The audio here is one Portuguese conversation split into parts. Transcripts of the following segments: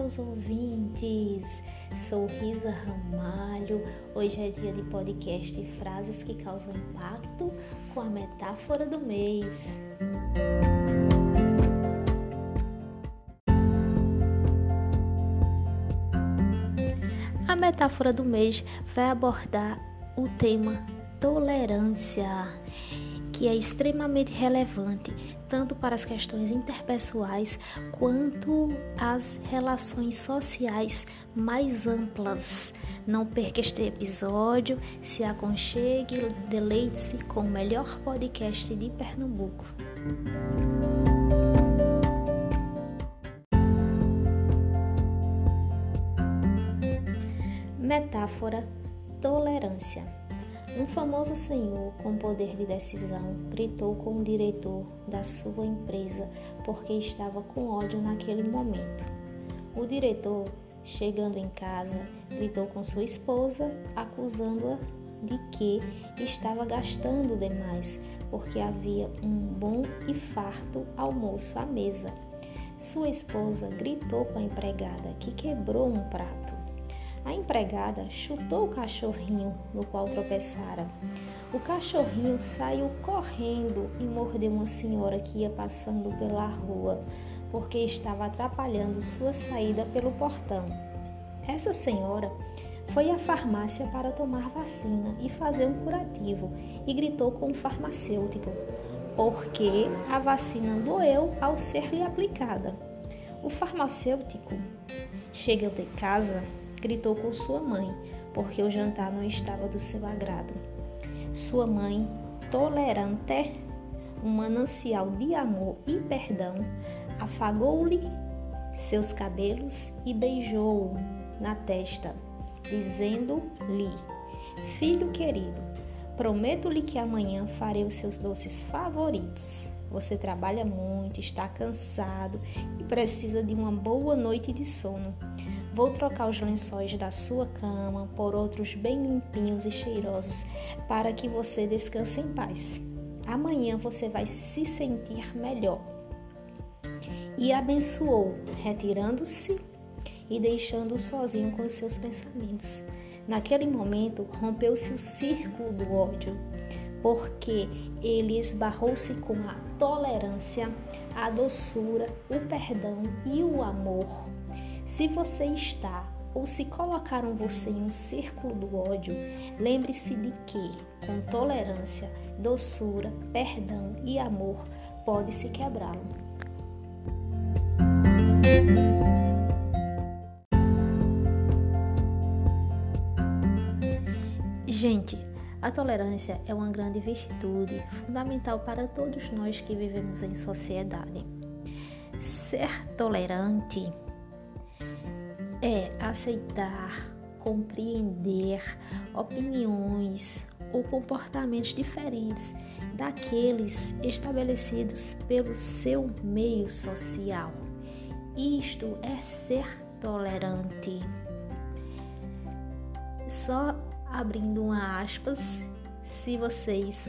meus ouvintes! Sou Risa Ramalho. Hoje é dia de podcast Frases que Causam Impacto com a metáfora do mês. A metáfora do mês vai abordar o tema tolerância, que é extremamente relevante tanto para as questões interpessoais quanto as relações sociais mais amplas. Não perca este episódio, se aconchegue, deleite-se com o melhor podcast de Pernambuco. Metáfora: tolerância. Um famoso senhor com poder de decisão gritou com o diretor da sua empresa porque estava com ódio naquele momento. O diretor, chegando em casa, gritou com sua esposa, acusando-a de que estava gastando demais porque havia um bom e farto almoço à mesa. Sua esposa gritou com a empregada, que quebrou um prato. A empregada chutou o cachorrinho no qual tropeçara. O cachorrinho saiu correndo e mordeu uma senhora que ia passando pela rua, porque estava atrapalhando sua saída pelo portão. Essa senhora foi à farmácia para tomar vacina e fazer um curativo e gritou com o farmacêutico, porque a vacina doeu ao ser-lhe aplicada. O farmacêutico, chegando em casa, gritou com sua mãe, porque o jantar não estava do seu agrado. Sua mãe, tolerante, um manancial de amor e perdão, afagou-lhe seus cabelos e beijou-o na testa, dizendo-lhe: "Filho querido, prometo-lhe que amanhã farei os seus doces favoritos. Você trabalha muito, está cansado e precisa de uma boa noite de sono. Vou trocar os lençóis da sua cama por outros bem limpinhos e cheirosos para que você descanse em paz. Amanhã você vai se sentir melhor." E abençoou, retirando-se e deixando-o sozinho com os seus pensamentos. Naquele momento, rompeu-se o círculo do ódio, porque ele esbarrou-se com a tolerância, a doçura, o perdão e o amor. Se você está ou se colocaram você em um círculo do ódio, lembre-se de que, com tolerância, doçura, perdão e amor, pode-se quebrá-lo. Gente, a tolerância é uma grande virtude, fundamental para todos nós que vivemos em sociedade. Ser tolerante é aceitar, compreender opiniões ou comportamentos diferentes daqueles estabelecidos pelo seu meio social. Isto é ser tolerante. Só abrindo uma aspas, se vocês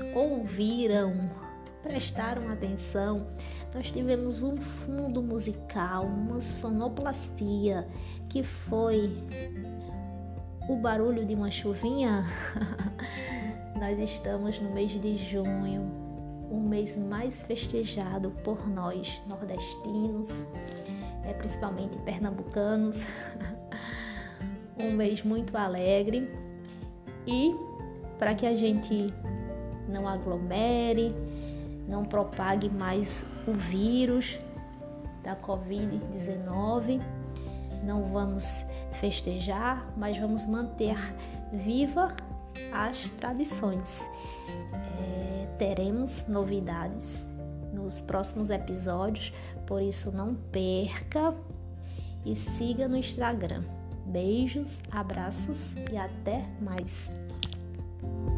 prestaram atenção, nós tivemos um fundo musical, uma sonoplastia, que foi o barulho de uma chuvinha. Nós estamos no mês de junho, um mês mais festejado por nós nordestinos, principalmente pernambucanos, um mês muito alegre. E para que a gente não aglomere, não propague mais o vírus da Covid-19, não vamos festejar, mas vamos manter viva as tradições. Teremos novidades nos próximos episódios, por isso não perca e siga no Instagram. Beijos, abraços e até mais!